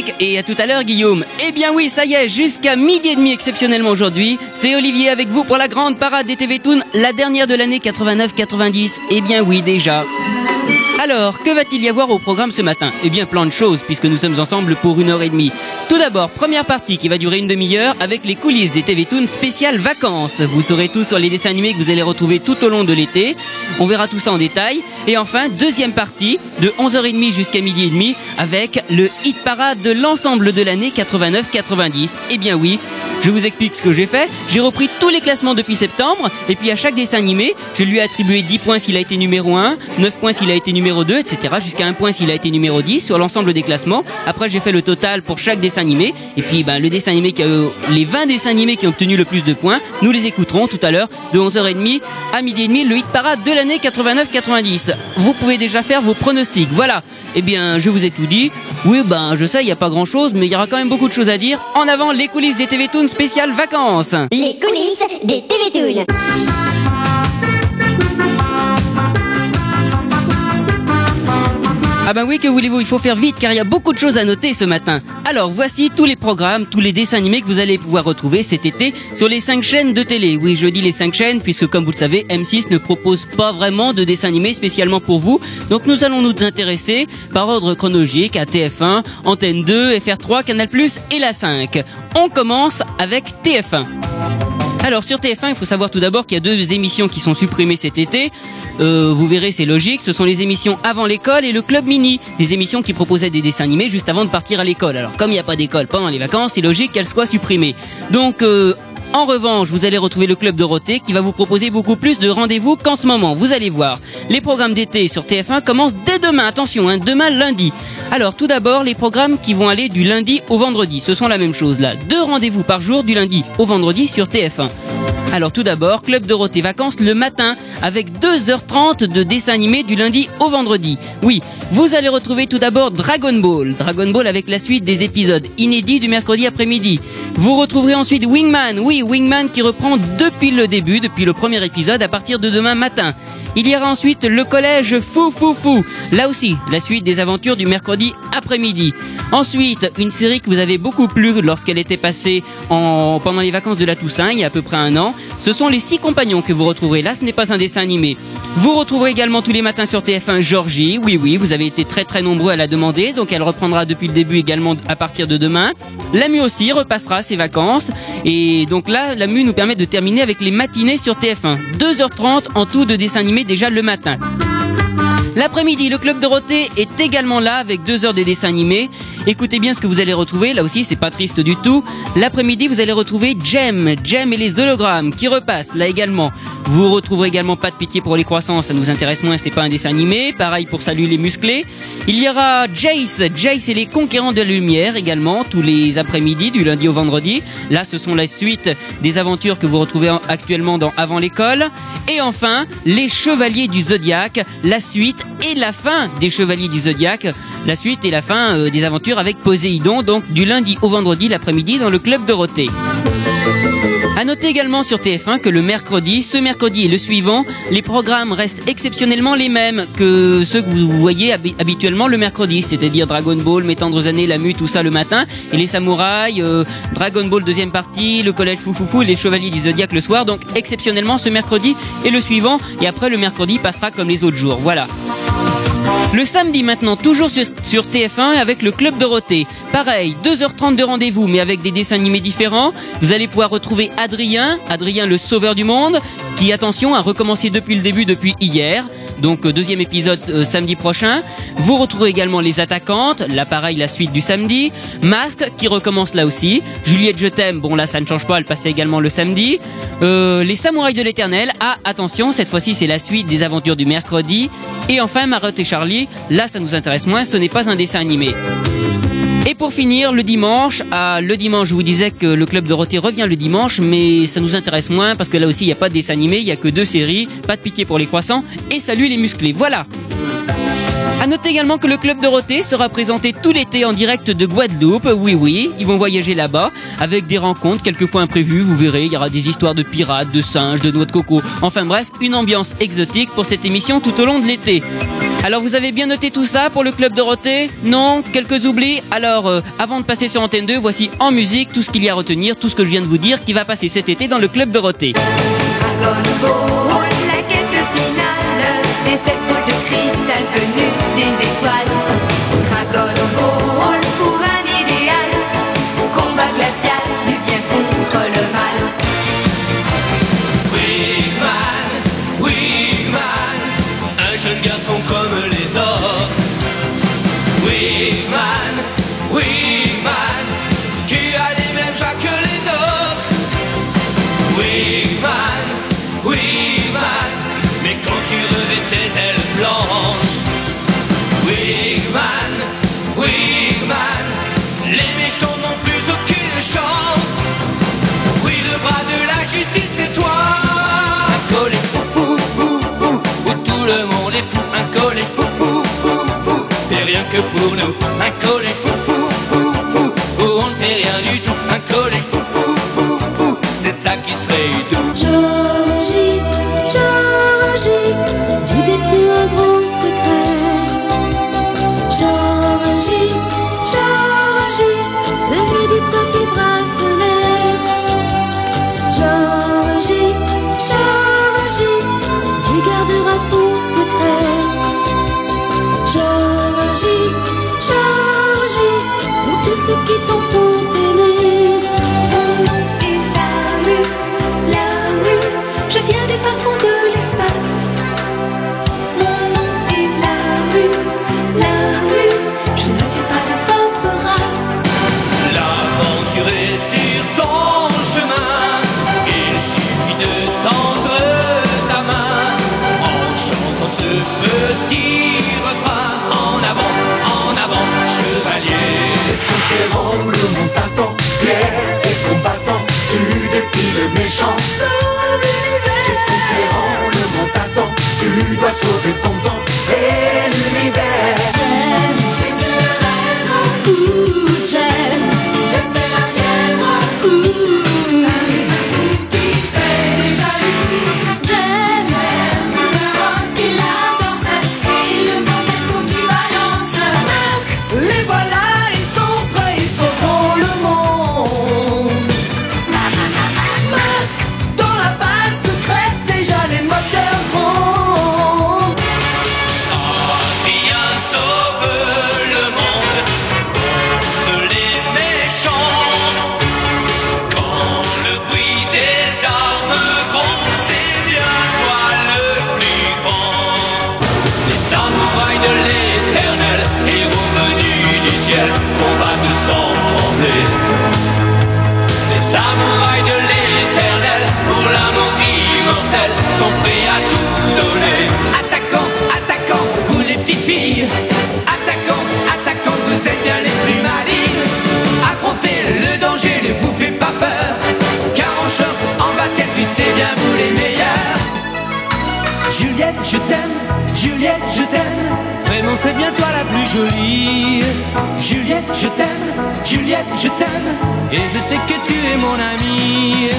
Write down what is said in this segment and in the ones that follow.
Patrick et à tout à l'heure Guillaume. Eh bien oui, ça y est, jusqu'à 12h30 exceptionnellement aujourd'hui, c'est Olivier avec vous pour la grande parade des TV Toon, la dernière de l'année 89-90. Eh bien oui, déjà. Alors, que va-t-il y avoir au programme ce matin ? Eh bien, plein de choses, puisque nous sommes ensemble pour 1h30. Tout d'abord, première partie qui va durer une demi-heure avec les coulisses des TV Toon spéciales vacances. Vous saurez tout sur les dessins animés que vous allez retrouver tout au long de l'été. On verra tout ça en détail. Et enfin, deuxième partie, de 11h30 jusqu'à 12h30, avec le hit parade de l'ensemble de l'année 89-90. Eh bien oui, je vous explique ce que j'ai fait. J'ai repris tous les classements depuis septembre, et puis à chaque dessin animé, je lui ai attribué 10 points s'il a été numéro 1, 9 points s'il a été numéro 2, etc. jusqu'à 1 point s'il a été numéro 10 sur l'ensemble des classements. Après, j'ai fait le total pour chaque dessin animé, et puis le dessin animé les 20 dessins animés qui ont obtenu le plus de points, nous les écouterons tout à l'heure de 11h30 à 12h30, le hit parade de l'année 89-90. Vous pouvez déjà faire vos pronostics. Voilà. Eh bien, je vous ai tout dit. Oui, je sais, il n'y a pas grand-chose, mais il y aura quand même beaucoup de choses à dire. En avant, les coulisses des TV Toon spéciales vacances. Les coulisses des TV Toon. Ah oui, que voulez-vous, il faut faire vite car il y a beaucoup de choses à noter ce matin. Alors voici tous les programmes, tous les dessins animés que vous allez pouvoir retrouver cet été sur les 5 chaînes de télé. Oui, je dis les 5 chaînes puisque comme vous le savez, M6 ne propose pas vraiment de dessins animés spécialement pour vous. Donc nous allons nous intéresser par ordre chronologique à TF1, Antenne 2, FR3, Canal+, et la 5. On commence avec TF1. Alors sur TF1, il faut savoir tout d'abord qu'il y a 2 émissions qui sont supprimées cet été. Vous verrez, c'est logique, ce sont les émissions Avant l'école et le Club Mini, des émissions qui proposaient des dessins animés juste avant de partir à l'école. Alors comme il n'y a pas d'école pendant les vacances, c'est logique qu'elles soient supprimées. Donc en revanche, vous allez retrouver le Club Dorothée qui va vous proposer beaucoup plus de rendez-vous qu'en ce moment. Vous allez voir, les programmes d'été sur TF1 commencent dès demain, attention, demain lundi. Alors tout d'abord, les programmes qui vont aller du lundi au vendredi, ce sont la même chose là. 2 rendez-vous par jour du lundi au vendredi sur TF1. Alors tout d'abord, Club Dorothée Vacances le matin avec 2h30 de dessins animés du lundi au vendredi. Oui, vous allez retrouver tout d'abord Dragon Ball avec la suite des épisodes inédits du mercredi après-midi. Vous retrouverez ensuite Wingman, oui, Wingman qui reprend depuis le début, depuis le premier épisode à partir de demain matin. Il y aura ensuite le collège Fou Fou Fou, là aussi, la suite des aventures du mercredi après-midi. Ensuite, une série que vous avez beaucoup plu lorsqu'elle était passée pendant les vacances de la Toussaint, il y a à peu près 1 an, ce sont les 6 compagnons que vous retrouverez. Là, ce n'est pas un dessin animé. Vous retrouverez également tous les matins sur TF1 Georgie. Oui, vous avez été très très nombreux à la demander, donc elle reprendra depuis le début également à partir de demain. L'AMU aussi repassera ses vacances, et donc là, l'AMU nous permet de terminer avec les matinées sur TF1. 2h30 en tout de dessins animés déjà le matin. L'après-midi, le Club Dorothée est également là avec 2 heures de dessins animés. Écoutez bien ce que vous allez retrouver, là aussi c'est pas triste du tout. L'après-midi, vous allez retrouver Jem et les hologrammes qui repassent là également. Vous retrouverez également Pas de pitié pour les croissants, ça nous intéresse moins, c'est pas un dessin animé. Pareil pour Salut les musclés. Il y aura Jace et les conquérants de la lumière également, tous les après-midi, du lundi au vendredi. Là, ce sont la suite des aventures que vous retrouvez actuellement dans Avant l'école. Et enfin, les Chevaliers du Zodiaque, la suite et la fin des Chevaliers du Zodiaque. La suite et la fin des aventures avec Poséidon, donc du lundi au vendredi l'après-midi dans le Club Dorothée. À noter également sur TF1 que ce mercredi et le suivant, les programmes restent exceptionnellement les mêmes que ceux que vous voyez habituellement le mercredi, c'est-à-dire Dragon Ball, Mes tendres années, l'AMU, tout ça le matin, et les samouraïs, Dragon Ball deuxième partie, le collège Fou Fou Fou, les Chevaliers du Zodiaque le soir, donc exceptionnellement ce mercredi et le suivant, et après le mercredi passera comme les autres jours, voilà. Le samedi maintenant, toujours sur TF1 avec le Club Dorothée. Pareil, 2h30 de rendez-vous mais avec des dessins animés différents. Vous allez pouvoir retrouver Adrien le sauveur du monde, qui, attention, a recommencé depuis le début, depuis hier. Donc 2e épisode samedi prochain. Vous retrouverez également Les Attaquantes, là pareil, la suite du samedi. Masque qui recommence là aussi. Juliette je t'aime, bon là ça ne change pas, elle passait également le samedi. Les Samouraïs de l'Éternel, attention, cette fois-ci c'est la suite des aventures du mercredi. Et enfin Marotte et Charlie, là ça nous intéresse moins, ce n'est pas un dessin animé. Et pour finir, le dimanche, je vous disais que le Club Dorothée revient le dimanche, mais ça nous intéresse moins parce que là aussi il n'y a pas de dessin animé, il n'y a que 2 séries, Pas de pitié pour les croissants et Salut les musclés, voilà. À noter également que le Club Dorothée sera présenté tout l'été en direct de Guadeloupe, oui, ils vont voyager là-bas avec des rencontres quelquefois imprévues, vous verrez, il y aura des histoires de pirates, de singes, de noix de coco, enfin bref, une ambiance exotique pour cette émission tout au long de l'été. Alors vous avez bien noté tout ça pour le Club Dorothée? Non? Quelques oublis? Alors avant de passer sur Antenne 2, voici en musique tout ce qu'il y a à retenir, tout ce que je viens de vous dire qui va passer cet été dans le Club Dorothée. Dragon Ball, la quête finale des 7 boules de cristal venues des étoiles. Dragon Ball pour un idéal, combat glacial du bien contre le mal. Wingman, un jeune garçon comme les autres. Wingman, tu as les mêmes joies que les nôtres. Wingman, mais quand tu revêts tes ailes blanches. Wingman, les méchants n'ont plus aucune chance. Oui, le bras de la justice c'est toi. Un collège fou, où tout le monde est fou. Un collège fou, et rien que pour nous. Un collège fou, où on ne fait rien du tout. Un collège fou, c'est ça qui serait doux. Georgie, tu détiens un grand secret. Georgie, celui du petit bracelet. Georgie, tu garderas ton secret. Georgie, pour tous ceux qui t'ont aimé. Mon nom est Lamu, je viens du fin fond de l'espace. Mon nom est Lamu, je ne suis pas de votre race. L'aventure est sur ton chemin, il suffit de tendre ta main en chantant ce petit refrain. En avant, chevalier. C'est ce conquérant, le monde t'attend, fier et combattant, tu défies les méchants. C'est ce conquérant, le monde t'attend, tu dois sauver ton temps et l'univers. J'aime c'est la reine, j'aime c'est la fièvre, qui fait des jaloux. J'aime le rock et la danse et le bordel fou qui balance. Les voilà, ils sont prêts, ils sauveront le monde. Masque, dans la base secrète, déjà les moteurs vont. Adrien sauve le monde contre les méchants. Quand le bruit des armes gronde, c'est bien toi le plus grand. Les samouraïs de l'éternel, héros venus du ciel, combattent sans trembler. Les samouraïs de l'éternel, pour l'amour immortel, sont prêts à tout donner. Attaquant, vous les petites filles. Attaquant, vous êtes bien les plus malignes. Affrontez le danger, ne vous faites pas peur. Car en short, en basket, tu sais bien vous les meilleurs. Juliette, je t'aime. Vraiment, c'est bien toi la plus jolie. Juliette, je t'aime. Et je sais que tu es mon amie.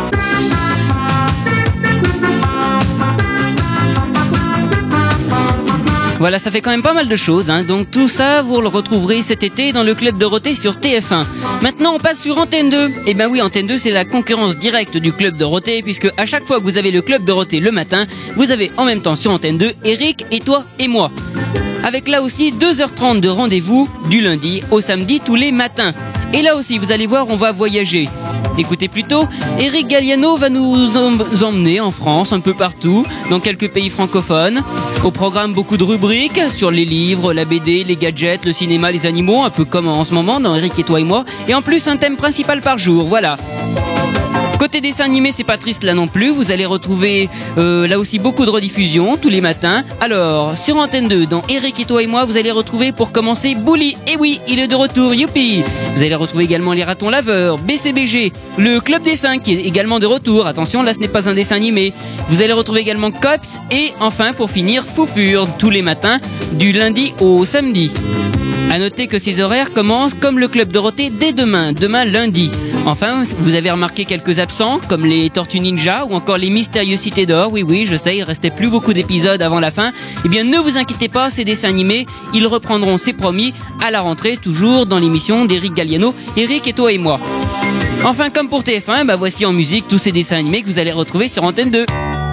Voilà, ça fait quand même pas mal de choses, hein. Donc tout ça, vous le retrouverez cet été dans le Club Dorothée sur TF1. Maintenant, on passe sur Antenne 2. Eh ben oui, Antenne 2, c'est la concurrence directe du Club Dorothée, puisque à chaque fois que vous avez le Club Dorothée le matin, vous avez en même temps sur Antenne 2 Eric et toi et moi. Avec là aussi 2h30 de rendez-vous du lundi au samedi tous les matins. Et là aussi, vous allez voir, on va voyager. Écoutez plutôt, Eric Galliano va nous emmener en France, un peu partout, dans quelques pays francophones. Au programme, beaucoup de rubriques sur les livres, la BD, les gadgets, le cinéma, les animaux, un peu comme en ce moment dans Eric et toi et moi. Et en plus, un thème principal par jour, voilà. Côté dessin animé, c'est pas triste là non plus. Vous allez retrouver là aussi beaucoup de rediffusions tous les matins. Alors, sur Antenne 2, dans Eric et toi et moi, vous allez retrouver pour commencer Bully. Et oui, il est de retour, youpi. Vous allez retrouver également les ratons laveurs, BCBG, le Club Dessin qui est également de retour. Attention, là ce n'est pas un dessin animé. Vous allez retrouver également Cops et enfin pour finir Foufure tous les matins du lundi au samedi. À noter que ces horaires commencent comme le Club Dorothée dès demain lundi. Enfin, vous avez remarqué quelques absents, comme les Tortues Ninja ou encore les Mystérieuses Cités d'Or. Oui, je sais, il restait plus beaucoup d'épisodes avant la fin. Eh bien, ne vous inquiétez pas, ces dessins animés, ils reprendront, c'est promis, à la rentrée, toujours dans l'émission d'Éric Galliano, Eric et toi et moi. Enfin, comme pour TF1, voici en musique tous ces dessins animés que vous allez retrouver sur Antenne 2.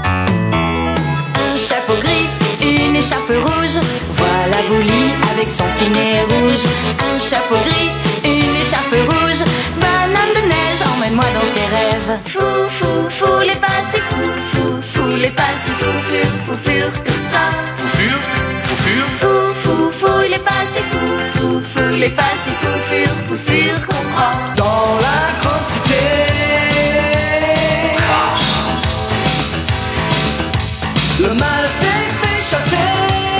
Un chapeau gris, une écharpe rouge, voilà Bouli avec son petit nez rouge. Un chapeau gris, une écharpe rouge, banane de neige, emmène-moi dans tes rêves. Fou, les pas si fou, les pas si fou, que ça. Fou, les pas si fou, les pas si fou, qu'on croit. Dans la grande cité, le mal s'est fait chasser.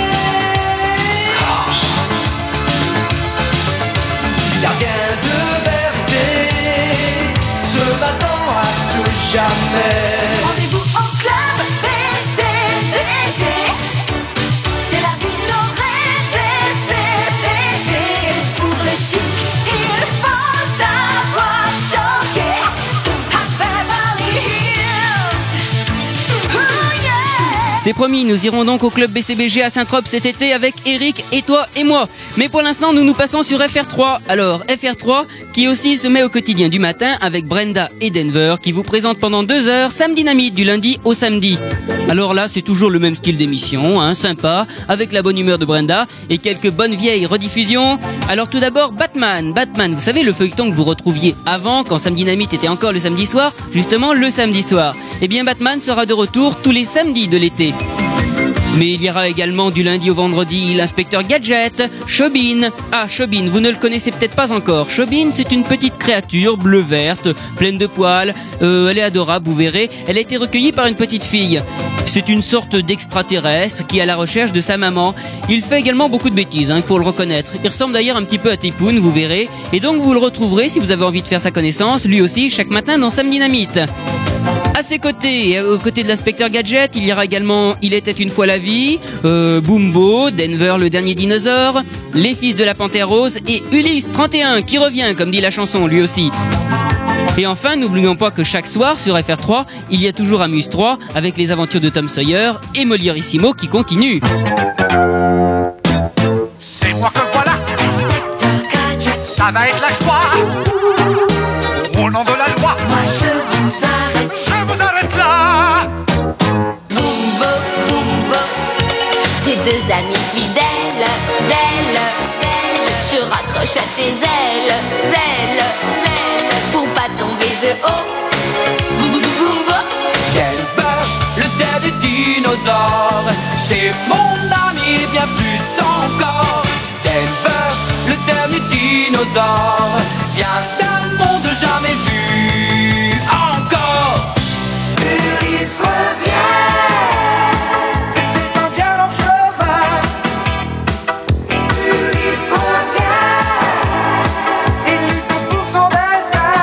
Y'a rien de vérité, se battant à tout jamais. Rendez-vous au club BCBG, c'est la vie nos rêves BCBG. Pour le chic, il faut savoir choquer à Beverly Hills. Oh yeah. C'est promis, nous irons donc au club BCBG à Saint-Trope cet été avec Eric et toi et moi. Mais pour l'instant, nous passons sur FR3. Alors, FR3 qui aussi se met au quotidien du matin avec Brenda et Denver qui vous présentent pendant 2 heures Sam Dynamite du lundi au samedi. Alors là, c'est toujours le même style d'émission, sympa, avec la bonne humeur de Brenda et quelques bonnes vieilles rediffusions. Alors tout d'abord, Batman, vous savez le feuilleton que vous retrouviez avant quand Sam Dynamite était encore le samedi soir, justement le samedi soir. Eh bien Batman sera de retour tous les samedis de l'été. Mais il y aura également du lundi au vendredi l'inspecteur Gadget, Chobin. Ah, Chobin, vous ne le connaissez peut-être pas encore. Chobin, c'est une petite créature bleu-verte, pleine de poils. Elle est adorable, vous verrez. Elle a été recueillie par une petite fille. C'est une sorte d'extraterrestre qui est à la recherche de sa maman. Il fait également beaucoup de bêtises, il faut le reconnaître. Il ressemble d'ailleurs un petit peu à Tipoun, vous verrez. Et donc vous le retrouverez, si vous avez envie de faire sa connaissance, lui aussi, chaque matin dans Sam Dynamite. À ses côtés, aux côtés de l'inspecteur Gadget, il y aura également Il était une fois la vie, Bumbo, Denver le dernier dinosaure, Les fils de la Panthère Rose et Ulysse 31 qui revient, comme dit la chanson, lui aussi. Et enfin, n'oublions pas que chaque soir sur FR3, il y a toujours Amuse 3 avec les aventures de Tom Sawyer et Molièrissimo qui continuent. C'est moi que voilà, ça va être la joie. Au nom de la loi, Moi je vous arrête là. Bumbo, tes 2 amis fidèles, se raccrochent à tes ailes, pour pas tomber de haut. Bumbo, Denver, le dernier dinosaure, c'est mon ami bien plus encore. Denver, le dernier dinosaure, vient d'un monde jamais vu encore. Ulysse revient, C'est un violent cheval, Ulysse revient, il lutte pour son destin.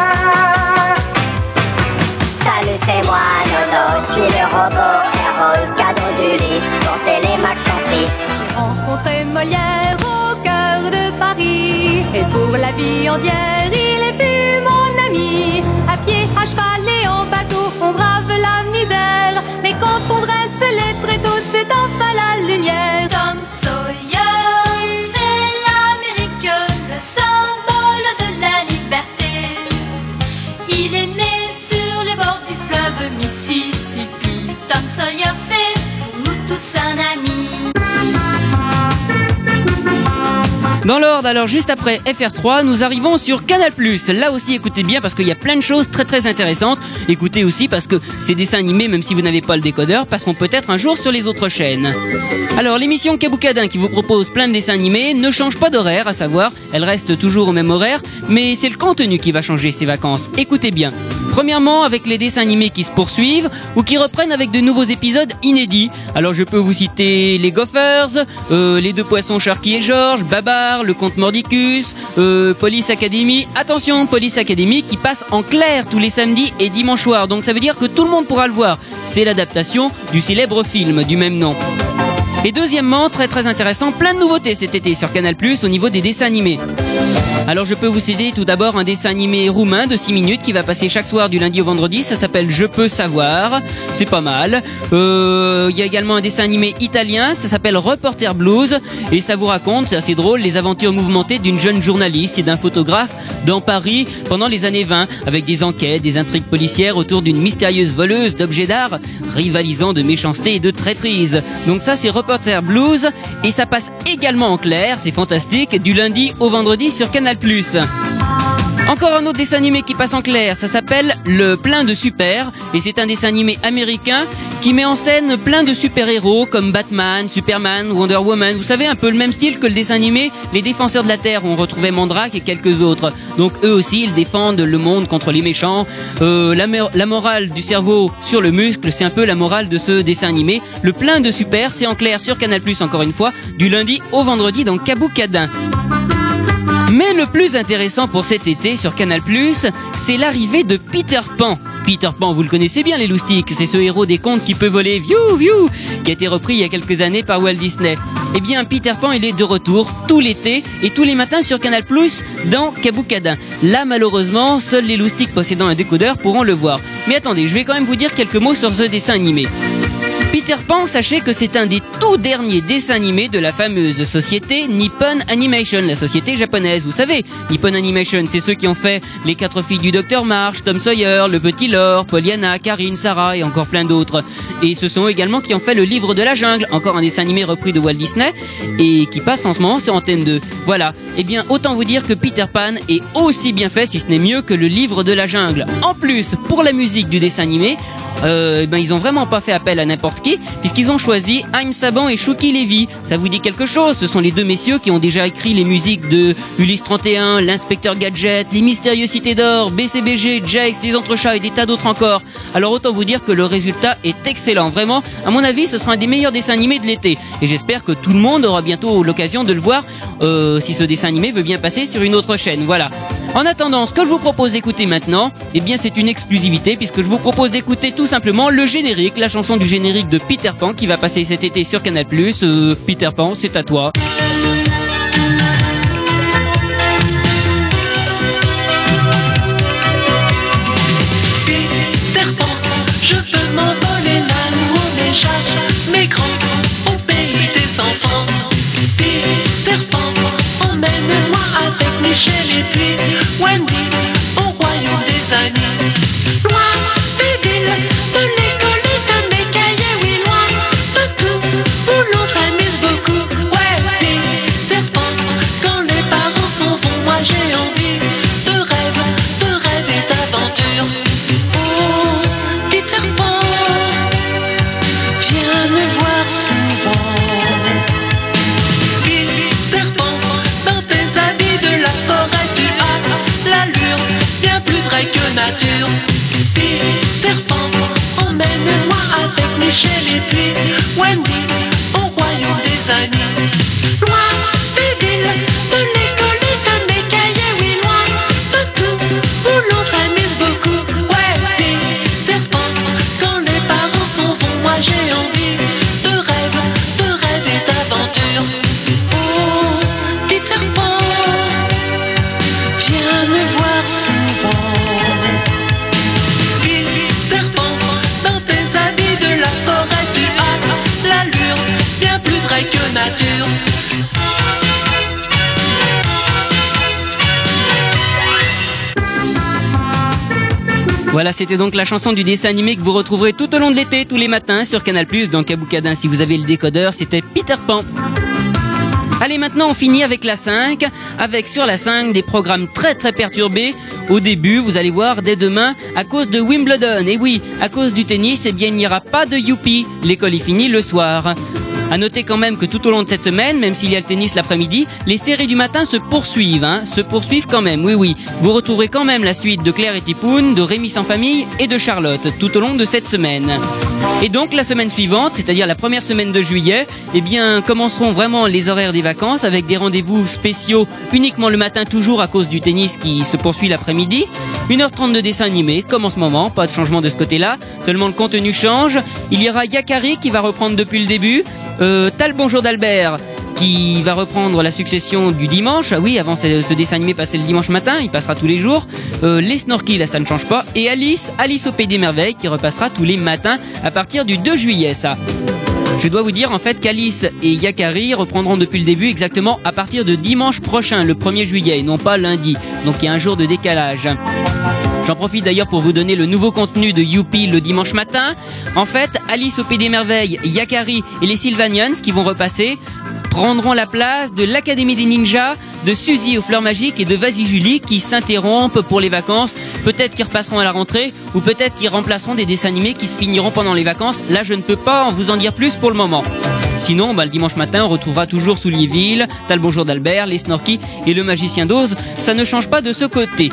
Salut, c'est moi, Nono, je suis le robot héros, le cadeau d'Ulysse pour Télémax en fils. J'ai rencontré Molière au cœur de Paris. Et pour la vie entière, il est vu mon ami. À pied, à cheval et en bateau, on brave la misère. Mais quand on dresse les tréteaux, c'est enfin la lumière. Tom Sawyer, c'est l'Amérique, le symbole de la liberté. Il est né sur les bords du fleuve Mississippi. Tom Sawyer, c'est pour nous tous un ami. Dans l'ordre, alors juste après FR3, nous arrivons sur Canal+. Là aussi, écoutez bien parce qu'il y a plein de choses très très intéressantes. Écoutez aussi parce que ces dessins animés, même si vous n'avez pas le décodeur, passeront peut-être un jour sur les autres chaînes. Alors, l'émission Kaboucadin qui vous propose plein de dessins animés ne change pas d'horaire, à savoir, elle reste toujours au même horaire, mais c'est le contenu qui va changer ces vacances. Écoutez bien. Premièrement, avec les dessins animés qui se poursuivent ou qui reprennent avec de nouveaux épisodes inédits. Alors, je peux vous citer les Gophers, les 2 poissons Sharky et George, Babar, le comte Mordicus, Police Academy. Attention, Police Academy qui passe en clair tous les samedis et dimanches soirs. Donc ça veut dire que tout le monde pourra le voir. C'est l'adaptation du célèbre film du même nom. Et deuxièmement, très très intéressant, plein de nouveautés cet été sur Canal+, au niveau des dessins animés. Alors je peux vous citer tout d'abord un dessin animé roumain de 6 minutes qui va passer chaque soir du lundi au vendredi, ça s'appelle Je peux savoir, c'est pas mal. Il y a également un dessin animé italien, ça s'appelle Reporter Blues, et ça vous raconte, c'est assez drôle, les aventures mouvementées d'une jeune journaliste et d'un photographe dans Paris pendant les années 20, avec des enquêtes, des intrigues policières autour d'une mystérieuse voleuse d'objets d'art, rivalisant de méchanceté et de traîtrise. Donc ça c'est Reporter Blues, et ça passe également en clair, c'est fantastique, du lundi au vendredi sur Canal+. Encore un autre dessin animé qui passe en clair, ça s'appelle Le Plein de Super, et c'est un dessin animé américain qui met en scène plein de super-héros comme Batman, Superman, Wonder Woman. Vous savez, un peu le même style que le dessin animé Les Défenseurs de la Terre, où on retrouvait Mandrake et quelques autres. Donc eux aussi, ils défendent le monde contre les méchants. La morale du cerveau sur le muscle, c'est un peu la morale de ce dessin animé. Le Plein de Super, c'est en clair sur Canal+, encore une fois, du lundi au vendredi dans Kaboukadin. Mais le plus intéressant pour cet été sur Canal+, c'est l'arrivée de Peter Pan. Peter Pan, vous le connaissez bien les loustiques, c'est ce héros des contes qui peut voler, viou viou, qui a été repris il y a quelques années par Walt Disney. Eh bien, Peter Pan, il est de retour tout l'été et tous les matins sur Canal+, dans Kaboukadin. Là, malheureusement, seuls les loustiques possédant un décodeur pourront le voir. Mais attendez, je vais quand même vous dire quelques mots sur ce dessin animé. Peter Pan, sachez que c'est un des tout derniers dessins animés de la fameuse société Nippon Animation, la société japonaise. Vous savez, Nippon Animation, c'est ceux qui ont fait Les 4 filles du Docteur March, Tom Sawyer, Le Petit Lord, Pollyanna, Karine, Sarah et encore plein d'autres. Et ce sont eux également qui ont fait Le Livre de la Jungle, encore un dessin animé repris de Walt Disney et qui passe en ce moment sur Antenne 2. Voilà. Eh bien, autant vous dire que Peter Pan est aussi bien fait, si ce n'est mieux que Le Livre de la Jungle. En plus, pour la musique du dessin animé, ils ont vraiment pas fait appel à n'importe qui, puisqu'ils ont choisi Haïm Saban et Chouki Levy. Ça vous dit quelque chose? Ce sont les deux messieurs qui ont déjà écrit les musiques de Ulysse 31, l'Inspecteur Gadget, Les Mystérieuses Cités d'Or, BCBG, Jax, Les Entrechats et des tas d'autres encore. Alors autant vous dire que le résultat est excellent. Vraiment, à mon avis, ce sera un des meilleurs dessins animés de l'été. Et j'espère que tout le monde aura bientôt l'occasion de le voir, si ce dessin animé veut bien passer sur une autre chaîne. Voilà. En attendant, ce que je vous propose d'écouter maintenant, eh bien c'est une exclusivité, puisque je vous propose d'écouter tout simplement le générique, la chanson du générique de Peter Pan qui va passer cet été sur Canal+. Peter Pan, c'est à toi. Peter Pan, je veux m'envoler là où on est chaque mes grands au pays des enfants. Peter Pan, emmène-moi avec Michel et puis Wendy au royaume des amis. Loin des villes, de l'école et de mes cahiers, oui, loin de tout, où l'on s'amuse beaucoup. Ouais, Peter Pan, quand les parents s'en vont, moi j'ai envie de rêve et d'aventure. Oh, Peter Pan, viens me voir souvent. Peter Pan, dans tes habits de la forêt, tu as l'allure bien plus vraie que nature. Peter Pan, emmène-moi avec Michel et puis Wendy au royaume des amis. Loin des villes, de l'école et de mes cahiers, oui, loin de tout, où l'on s'amuse beaucoup. Ouais, Peter Pan, quand les parents s'en vont, moi j'ai envie de rêve et d'aventure. Oh, Peter Pan, viens me voir souvent. Peter Pan, dans tes habits de la forêt, tu as l'allure bien plus vraie que nature. Voilà, c'était donc la chanson du dessin animé que vous retrouverez tout au long de l'été, tous les matins sur Canal+, dans Kaboukadin. Si vous avez le décodeur, c'était Peter Pan. Allez, maintenant on finit avec la 5, avec sur la 5 des programmes très très perturbés. Au début, vous allez voir dès demain, à cause de Wimbledon, et oui, à cause du tennis, eh bien il n'y aura pas de youpi, l'école est finie le soir. À noter quand même que tout au long de cette semaine, même s'il y a le tennis l'après-midi, les séries du matin se poursuivent, se poursuivent quand même, oui. Vous retrouverez quand même la suite de Claire et Tipoun, de Rémi sans famille et de Charlotte, tout au long de cette semaine. Et donc la semaine suivante, c'est-à-dire la première semaine de juillet, eh bien commenceront vraiment les horaires des vacances avec des rendez-vous spéciaux uniquement le matin, toujours à cause du tennis qui se poursuit l'après-midi. 1h30 de dessin animé, comme en ce moment, pas de changement de ce côté-là, seulement le contenu change. Il y aura Yakari qui va reprendre depuis le début. T'as le Bonjour d'Albert qui va reprendre la succession du dimanche. Ah oui, avant ce dessin animé passait le dimanche matin, il passera tous les jours. Les Snorky, là ça ne change pas. Et Alice au Pays des Merveilles qui repassera tous les matins à partir du 2 juillet ça. Je dois vous dire en fait qu'Alice et Yakari reprendront depuis le début exactement à partir de dimanche prochain, le 1er juillet, et non pas lundi. Donc il y a un jour de décalage. J'en profite d'ailleurs pour vous donner le nouveau contenu de Youpi le dimanche matin. En fait, Alice au Pays des Merveilles, Yakari et les Sylvanians qui vont repasser prendront la place de l'Académie des Ninjas, de Suzy aux Fleurs Magiques et de Vas-y Julie qui s'interrompent pour les vacances. Peut-être qu'ils repasseront à la rentrée ou peut-être qu'ils remplaceront des dessins animés qui se finiront pendant les vacances. Là, je ne peux pas vous en dire plus pour le moment. Sinon, le dimanche matin, on retrouvera toujours Souliéville, t'as le Bonjour d'Albert, les Snorky et le Magicien d'Oz. Ça ne change pas de ce côté.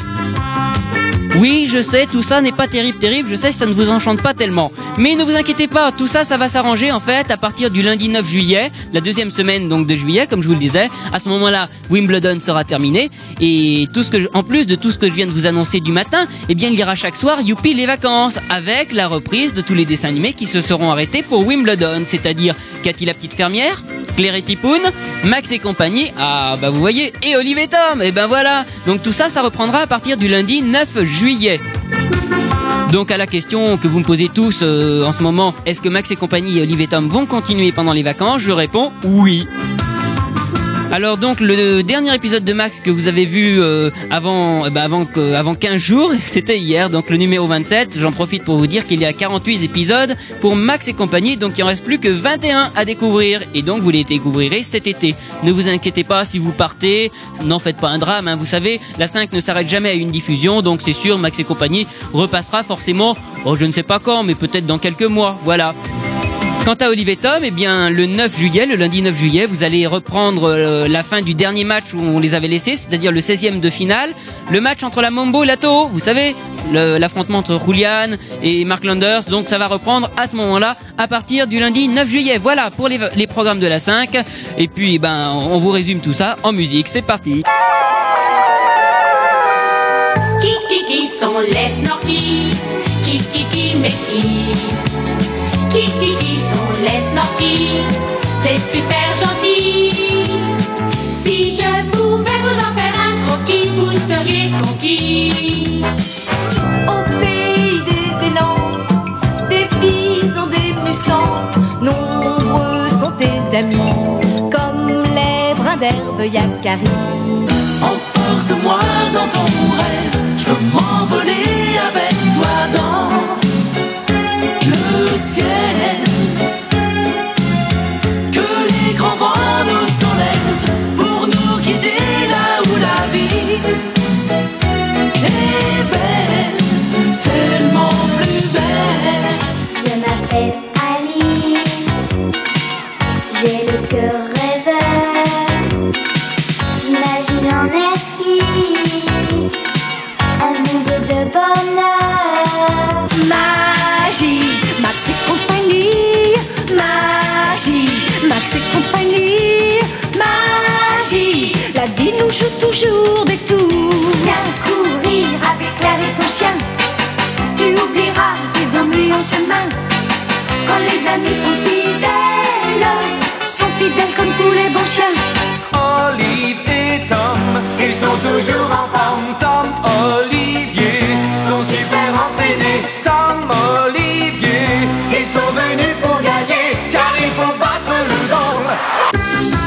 Oui, je sais, tout ça n'est pas terrible, je sais, ça ne vous enchante pas tellement. Mais ne vous inquiétez pas, tout ça, ça va s'arranger en fait à partir du lundi 9 juillet, la deuxième semaine donc de juillet, comme je vous le disais. À ce moment-là, Wimbledon sera terminé et en plus de tout ce que je viens de vous annoncer du matin, eh bien il y aura chaque soir Youpi les vacances avec la reprise de tous les dessins animés qui se seront arrêtés pour Wimbledon, c'est-à-dire Cathy la petite fermière, Claire et Tipoun, Max et compagnie, vous voyez, et Olive et Tom, et voilà. Donc tout ça, ça reprendra à partir du lundi 9 juillet. Donc à la question que vous me posez tous en ce moment, est-ce que Max et compagnie et Olive et Tom vont continuer pendant les vacances? Je réponds oui. Alors donc le dernier épisode de Max que vous avez vu avant 15 jours, c'était hier, donc le numéro 27. J'en profite pour vous dire qu'il y a 48 épisodes pour Max et compagnie, donc il en reste plus que 21 à découvrir et donc vous les découvrirez cet été. Ne vous inquiétez pas si vous partez, n'en faites pas un drame, hein, vous savez, la 5 ne s'arrête jamais à une diffusion, donc c'est sûr Max et compagnie repassera forcément, je ne sais pas quand, mais peut-être dans quelques mois, voilà. Quant à Olive et Tom, eh bien, le lundi 9 juillet, vous allez reprendre la fin du dernier match où on les avait laissés, c'est-à-dire le 16e de finale, le match entre la Mambo et la Toho, vous savez, l'affrontement entre Julian et Mark Landers, donc ça va reprendre à ce moment-là, à partir du lundi 9 juillet. Voilà pour les programmes de la 5, et puis on vous résume tout ça en musique, c'est parti. Qui sont les Snorky? Qui, mais qui sont les Snorky? Des super gentils. Si je pouvais vous en faire un croquis, vous seriez conquis. Au pays des élans, des bisons, des puissants, nombreux sont tes amis, comme les brins d'herbe Yakari. Emporte-moi dans ton rêve, je veux m'envoler avec toi dans le ciel. Que les grands vents nous s'enlèvent pour nous guider là où la vie est belle, tellement plus belle. Je m'appelle Alice, j'ai le cœur rêveur, j'imagine en esquisse un monde de bonheur. Magie, Max et compagnie. Magie, Max et compagnie. Magie, la vie nous joue toujours des tours. Viens courir avec Claire et son chien, tu oublieras tes ennuis en chemin. Quand les amis sont fidèles comme tous les bons chiens. Olive et Tom, ils sont toujours en forme. Tom, Olivier, sont super entraînés. Tom, Olivier, ils sont venus pour gagner, car il faut battre le goal.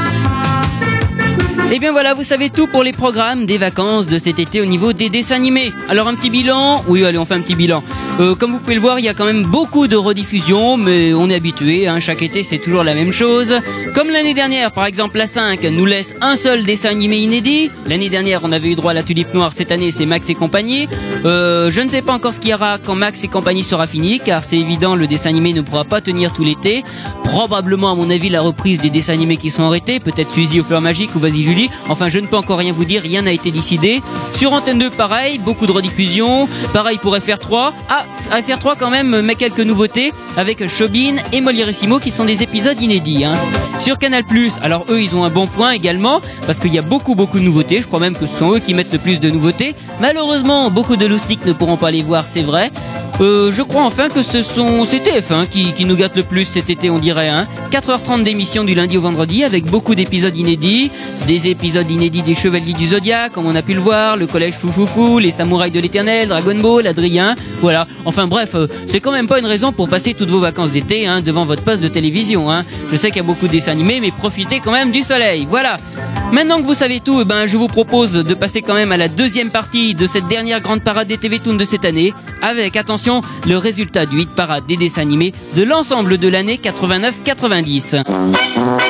Et bien voilà, vous savez tout pour les programmes des vacances de cet été au niveau des dessins animés. Alors un petit bilan? Oui, allez, on fait un petit bilan. Comme vous pouvez le voir, il y a quand même beaucoup de rediffusions, mais on est habitué, hein, chaque été c'est toujours la même chose. Comme l'année dernière, par exemple, la 5 nous laisse un seul dessin animé inédit. L'année dernière, on avait eu droit à la Tulipe Noire, cette année c'est Max et compagnie. Je ne sais pas encore ce qu'il y aura quand Max et compagnie sera fini, car c'est évident, le dessin animé ne pourra pas tenir tout l'été. Probablement, à mon avis, la reprise des dessins animés qui sont arrêtés, peut-être Suzy aux Fleurs Magiques ou Vas-y Julie. Enfin, je ne peux encore rien vous dire, rien n'a été décidé. Sur Antenne 2, pareil, beaucoup de rediffusions. Pareil pour FR3. Ah, FR3 quand même met quelques nouveautés avec Chobin et Molierissimo qui sont des épisodes inédits. Hein. Sur Canal+, alors eux, ils ont un bon point également parce qu'il y a beaucoup de nouveautés. Je crois même que ce sont eux qui mettent le plus de nouveautés. Malheureusement, beaucoup de loustiques ne pourront pas les voir, c'est vrai. Je crois enfin que c'est TF1 qui nous gâte le plus cet été, on dirait. 4h30 d'émission du lundi au vendredi avec beaucoup d'épisodes inédits. Des épisodes inédits des Chevaliers du Zodiaque, comme on a pu le voir, le Collège Foufoufou, les Samouraïs de l'Éternel, Dragon Ball, Adrien. Voilà. Enfin bref, c'est quand même pas une raison pour passer toutes vos vacances d'été devant votre poste de télévision. Je sais qu'il y a beaucoup de dessins animés, mais profitez quand même du soleil. Voilà. Maintenant que vous savez tout, je vous propose de passer quand même à la deuxième partie de cette dernière grande parade des TV Toon de cette année, avec, attention, le résultat du hit parade des dessins animés de l'ensemble de l'année 89-90.